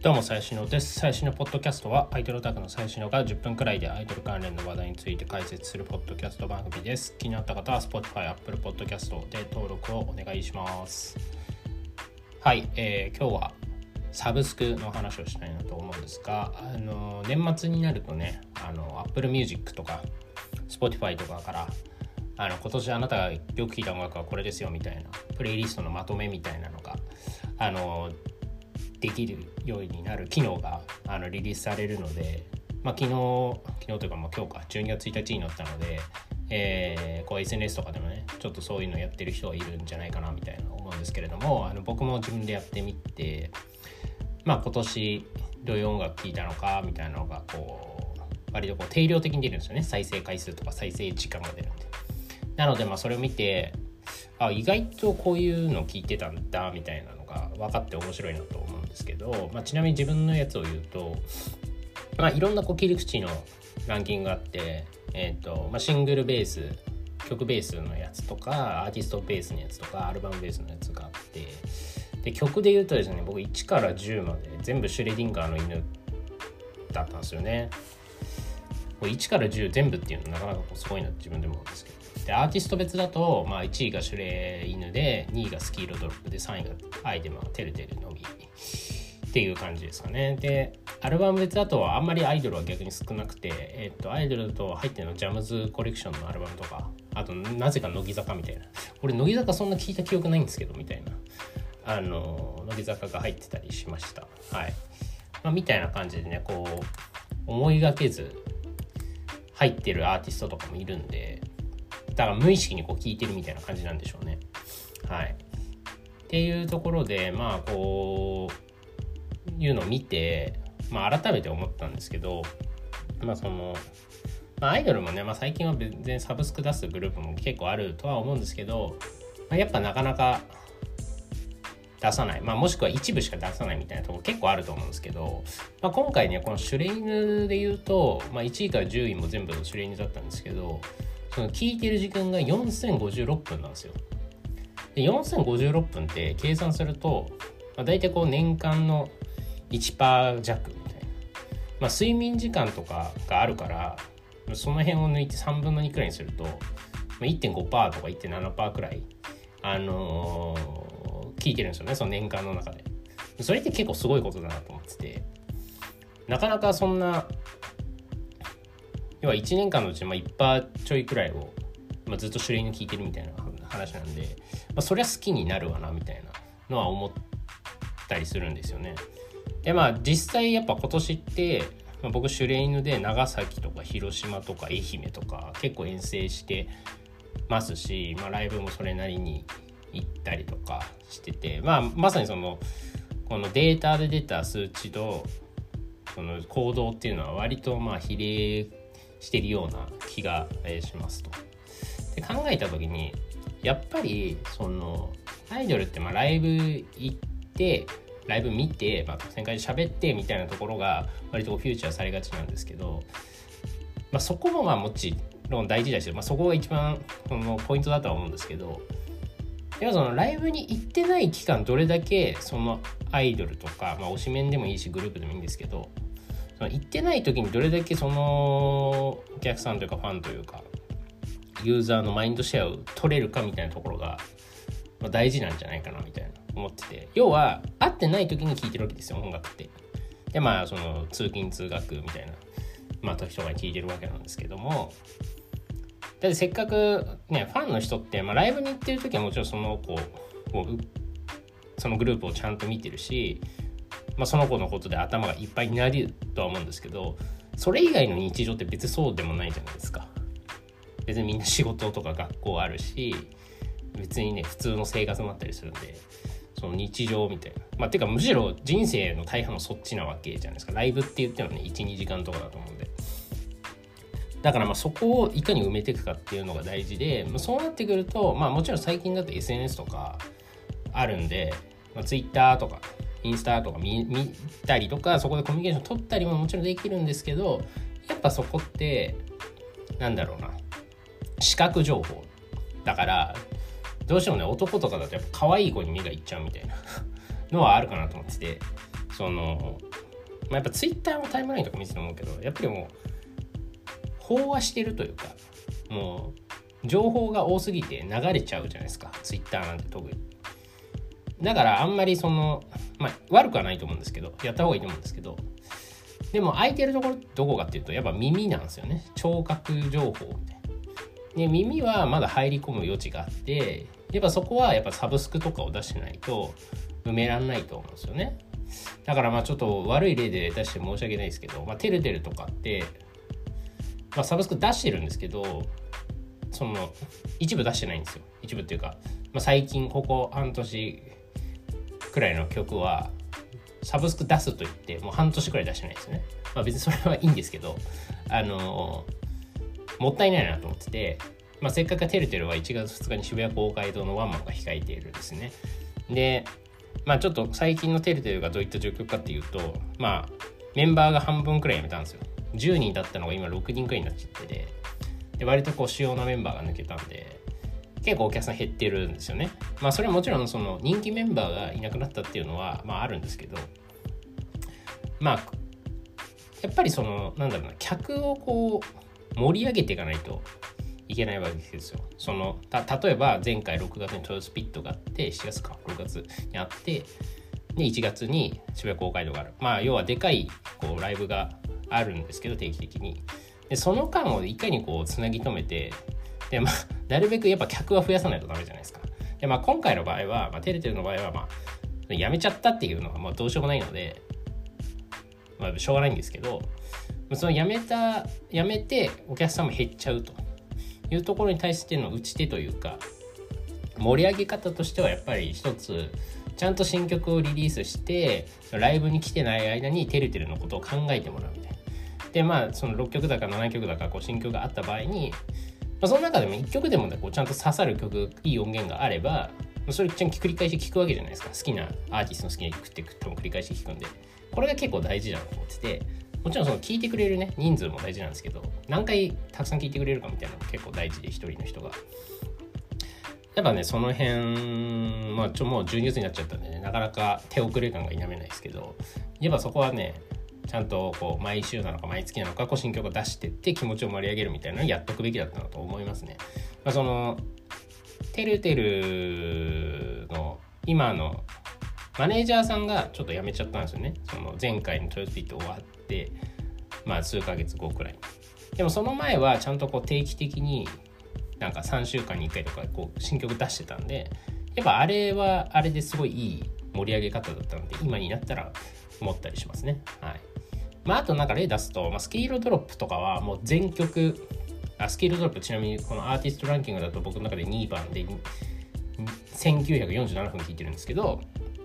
どうも最新のです。最新のポッドキャストはアイドルオタクの最新のが10分くらいでアイドル関連の話題について解説するポッドキャスト番組です。気になった方は Spotify、Apple Podcast で登録をお願いします。はい、今日はサブスクの話をしたいなと思うんですが、年末になるとね、Apple Music とか Spotify とかから今年あなたがよく聴いた音楽はこれですよみたいなプレイリストのまとめみたいなのができるようになる機能がリリースされるので、昨日というか今日か12月1日になったので、SNS とかでもねちょっとそういうのやってる人がいるんじゃないかなみたいな思うんですけれども、僕も自分でやってみて、今年どういう音楽聴いたのかみたいなのが割と定量的に出るんですよね。再生回数とか再生時間が出るんで。なのでそれを見て意外とこういうの聞いてたんだみたいなのが分かって面白いなと思うんですけど、ちなみに自分のやつを言うと、いろんな切り口のランキングがあって、シングルベース、曲ベースのやつとかアーティストベースのやつとかアルバムベースのやつがあって、で曲で言うとですね、僕1から10まで全部シュレディンガーの犬だったんですよね。1から10全部っていうのはなかなかすごいなって自分でも思うんですけど、でアーティスト別だと、1位がシュレ犬で2位がスキーロドロップで3位がアイデマテルテルのみっていう感じですかね。でアルバム別だとあんまりアイドルは逆に少なくて、アイドルだと入ってるのジャムズコレクションのアルバムとか、あとなぜか乃木坂みたいな、俺乃木坂そんな聞いた記憶ないんですけどみたいな乃木坂が入ってたりしました。はい、みたいな感じでね、思いがけず入ってるアーティストとかもいるんで、だから無意識に聴いてるみたいな感じなんでしょうね。はい。っていうところでこういうのを見て、改めて思ったんですけど、アイドルもね、最近は全然サブスク出すグループも結構あるとは思うんですけど、やっぱなかなか出さない、もしくは一部しか出さないみたいなところ結構あると思うんですけど、今回ねこのシュレ犬で言うと、1位から10位も全部シュレ犬だったんですけど、その聞いてる時間が4056分なんですよ。で4056分って計算すると、だいたい年間の 1% 弱みたいな、睡眠時間とかがあるからその辺を抜いて3分の2くらいにすると、1.5% とか 1.7% くらい聞いてるんですよね、その年間の中で。それって結構すごいことだなと思ってて、なかなかそんな要は1年間のうち1% ちょいくらいを、ずっとシュレイに聞いてるみたいな話なんで、そりゃ好きになるわなみたいなのは思ったりするんですよね。で実際やっぱ今年って、僕シュレイヌで長崎とか広島とか愛媛とか結構遠征してますし、ライブもそれなりに行ったりとかしてて、まさにこのデータで出た数値とその行動っていうのは割と比例してるような気がしますと。で考えた時にやっぱりアイドルってライブ行ってライブ見て特選会で喋ってみたいなところが割とフューチャーされがちなんですけど、そこももちろん大事だし、そこが一番ポイントだとは思うんですけど、ではそのライブに行ってない期間どれだけそのアイドルとか、推しメンでもいいしグループでもいいんですけど、行ってない時にどれだけそのお客さんというかファンというかユーザーのマインドシェアを取れるかみたいなところが大事なんじゃないかなみたいな思ってて、要は会ってない時に聴いてるわけですよ、音楽って。でその通勤通学みたいな時とかに聴いてるわけなんですけども、だってせっかくねファンの人ってライブに行ってる時はもちろんそのグループをちゃんと見てるし、その子のことで頭がいっぱいになるとは思うんですけど、それ以外の日常って別にそうでもないじゃないですか。別にみんな仕事とか学校あるし、別にね普通の生活もあったりするんで、その日常みたいなてかむしろ人生の大半はそっちなわけじゃないですか。ライブって言ってもね 1,2 時間とかだと思うんで、だからそこをいかに埋めていくかっていうのが大事で、そうなってくるともちろん最近だと SNS とかあるんで、Twitter とかインスタとか見たりとか、そこでコミュニケーション取ったりももちろんできるんですけど、やっぱそこって視覚情報だからどうしてもね男とかだとやっぱ可愛い子に目がいっちゃうみたいなのはあるかなと思ってて、 やっぱツイッターのタイムラインとか見てて思うけど、やっぱりもう飽和してるというか、もう情報が多すぎて流れちゃうじゃないですか、ツイッターなんて特に。だからあんまり悪くはないと思うんですけど、やった方がいいと思うんですけど、でも空いてるところどこかっていうとやっぱ耳なんですよね。聴覚情報みたいな。で、耳はまだ入り込む余地があって、やっぱそこはやっぱサブスクとかを出してないと埋めらんないと思うんですよね。だからちょっと悪い例で出して申し訳ないですけど、てるてるとかって、サブスク出してるんですけど、その一部出してないんですよ。一部っていうか、最近ここ半年くらいの曲はサブスク出すと言ってもう半年くらい出してないですよね。別にそれはいいんですけど、もったいないなと思ってて、せっかくてるてるは1月2日に渋谷公会堂のワンマンが控えているんですね。で、ちょっと最近のてるてるがどういった状況かっていうと、メンバーが半分くらい辞めたんですよ。10人だったのが今6人くらいになっちゃってて、で割と主要なメンバーが抜けたんで結構お客さん減ってるんですよね。それはもちろんその人気メンバーがいなくなったっていうのはあるんですけど、やっぱり客を盛り上げていかないといけないわけですよ。例えば前回6月にトヨスピットがあって、7月か6月にあって、で1月に渋谷公会堂がある。要はでかいライブがあるんですけど、定期的に。でその間をいかにつなぎ止めて、でなるべくやっぱ客は増やさないとダメじゃないですか。で今回の場合は、てるてるの場合はやめちゃったっていうのはどうしようもないので、しょうがないんですけど、そのやめてお客さんも減っちゃうというところに対しての打ち手というか、盛り上げ方としてはやっぱり一つちゃんと新曲をリリースしてライブに来てない間にてるてるのことを考えてもらうみたいな。でその6曲だか7曲だか新曲があった場合に、その中でも1曲でもちゃんと刺さる曲、いい音源があればそれちゃんと繰り返し聴くわけじゃないですか。好きなアーティストの好きな曲って多分繰り返し聴くんで、これが結構大事だと思ってて、もちろん聴いてくれるね人数も大事なんですけど、何回たくさん聴いてくれるかみたいなのも結構大事で、一人の人がやっぱね、その辺もう12月になっちゃったんでね、なかなか手遅れ感が否めないですけど、やっぱそこはねちゃんと毎週なのか毎月なのか新曲を出してって気持ちを盛り上げるみたいなのをやっとくべきだったなと思いますね。そのてるてるの今のマネージャーさんがちょっと辞めちゃったんですよね。その前回のトヨスピット終わって数ヶ月後くらい。でもその前はちゃんと定期的に3週間に1回とか新曲出してたんで、やっぱあれはあれですごいいい盛り上げ方だったので今になったら思ったりしますね。はい。あと例出すと、スケールドロップとかはもう全曲スケールドロップ、ちなみにこのアーティストランキングだと僕の中で2番で1947分聴いてるんですけど、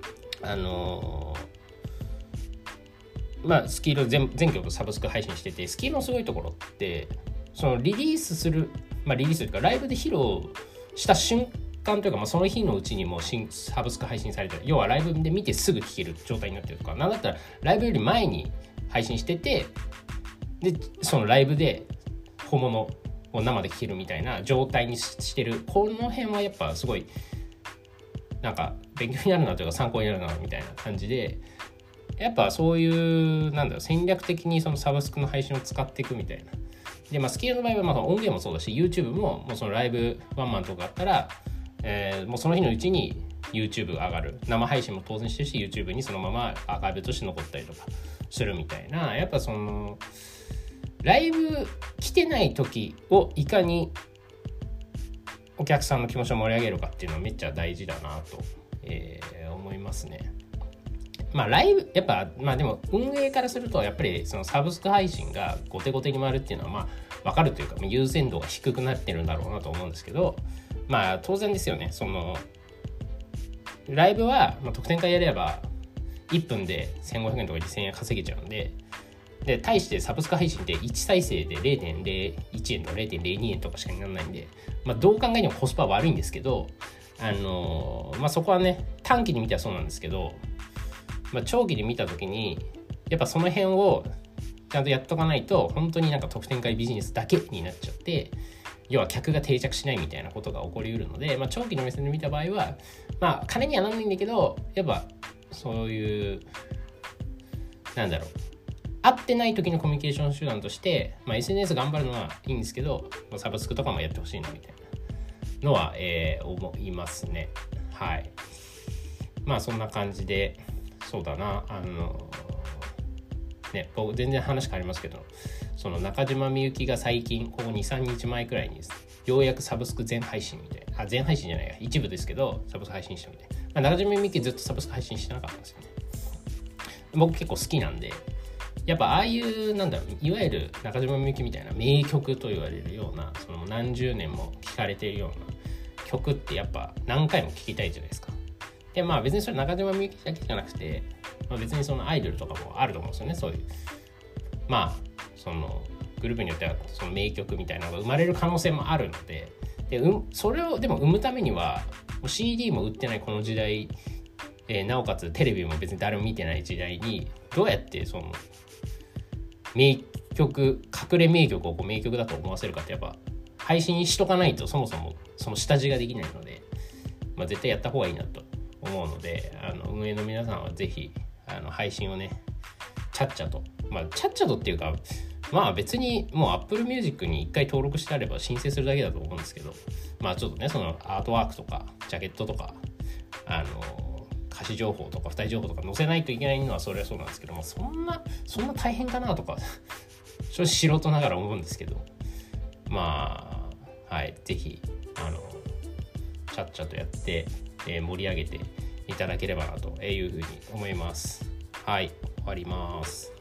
スキル全曲サブスク配信してて、スキルのすごいところってそのリリースというかライブで披露した瞬間というか、その日のうちにもうサブスク配信されてる、要はライブで見てすぐ聴ける状態になってるとか、なんだったらライブより前に配信してて、でそのライブで本物を生で聴けるみたいな状態にしてる、この辺はやっぱすごい勉強になるなというか参考になるなみたいな感じで、やっぱそういう戦略的にそのサブスクの配信を使っていくみたいな。でスケールの場合は音源もそうだし YouTube もそのライブワンマンとかあったら、もうその日のうちに YouTube が上がる、生配信も当然してるし YouTube にそのままアーカイブとして残ったりとかするみたいな、やっぱそのライブ来てない時をいかにお客さんの気持ちを盛り上げるかっていうのはめっちゃ大事だなと、思いますね。ライブやっぱでも運営からするとやっぱりそのサブスク配信が後手後手に回るっていうのは分かるというか、優先度が低くなってるんだろうなと思うんですけど、当然ですよね。そのライブは特典会やれば1分で1500円とか2000円稼げちゃうんで、対してサブスク配信って1再生で 0.01 円とか 0.02 円とかしかにならないんで、どう考えてもコスパ悪いんですけど、そこはね短期で見てはそうなんですけど、長期で見た時にやっぱその辺をちゃんとやっとかないと本当に特典会ビジネスだけになっちゃって、要は客が定着しないみたいなことが起こりうるので、長期の目線で見た場合は金にはならないんだけど、やっぱそういう会ってない時のコミュニケーション手段として、SNS 頑張るのはいいんですけど、サブスクとかもやってほしいなみたいなのは、思いますね。はい。そんな感じで、そうだな、僕全然話変わりますけど、その中島みゆきが最近ここ 2,3 日前くらいにようやくサブスク全配信みたいな、全配信じゃないや、一部ですけどサブスク配信したみたいな。中島みゆきずっとサブスク配信してなかったんですよね。僕結構好きなんで、やっぱああいういわゆる中島みゆきみたいな名曲と言われるような、その何十年も聴かれているような曲ってやっぱ何回も聴きたいじゃないですか。で別にそれ中島みゆきだけじゃなくて、別にそのアイドルとかもあると思うんですよね。そういうそのグループによってはその名曲みたいなのが生まれる可能性もあるので、それをでも生むためには CD も売ってないこの時代、なおかつテレビも別に誰も見てない時代にどうやってその名曲、隠れ名曲を名曲だと思わせるかって、やっぱ配信しとかないとそもそもその下地ができないので、絶対やった方がいいなと思うので、運営の皆さんはぜひ配信をねちゃっちゃと、ちゃっちゃとっていうか、別にもう Apple Music に一回登録してあれば申請するだけだと思うんですけど、ちょっとね、そのアートワークとかジャケットとか歌詞情報とか二人情報とか載せないといけないのはそれはそうなんですけども、そんな大変かなとか正直素人ながら思うんですけど、はい、ぜひちゃっちゃとやって、盛り上げていただければなというふうに思います。はい、終わります。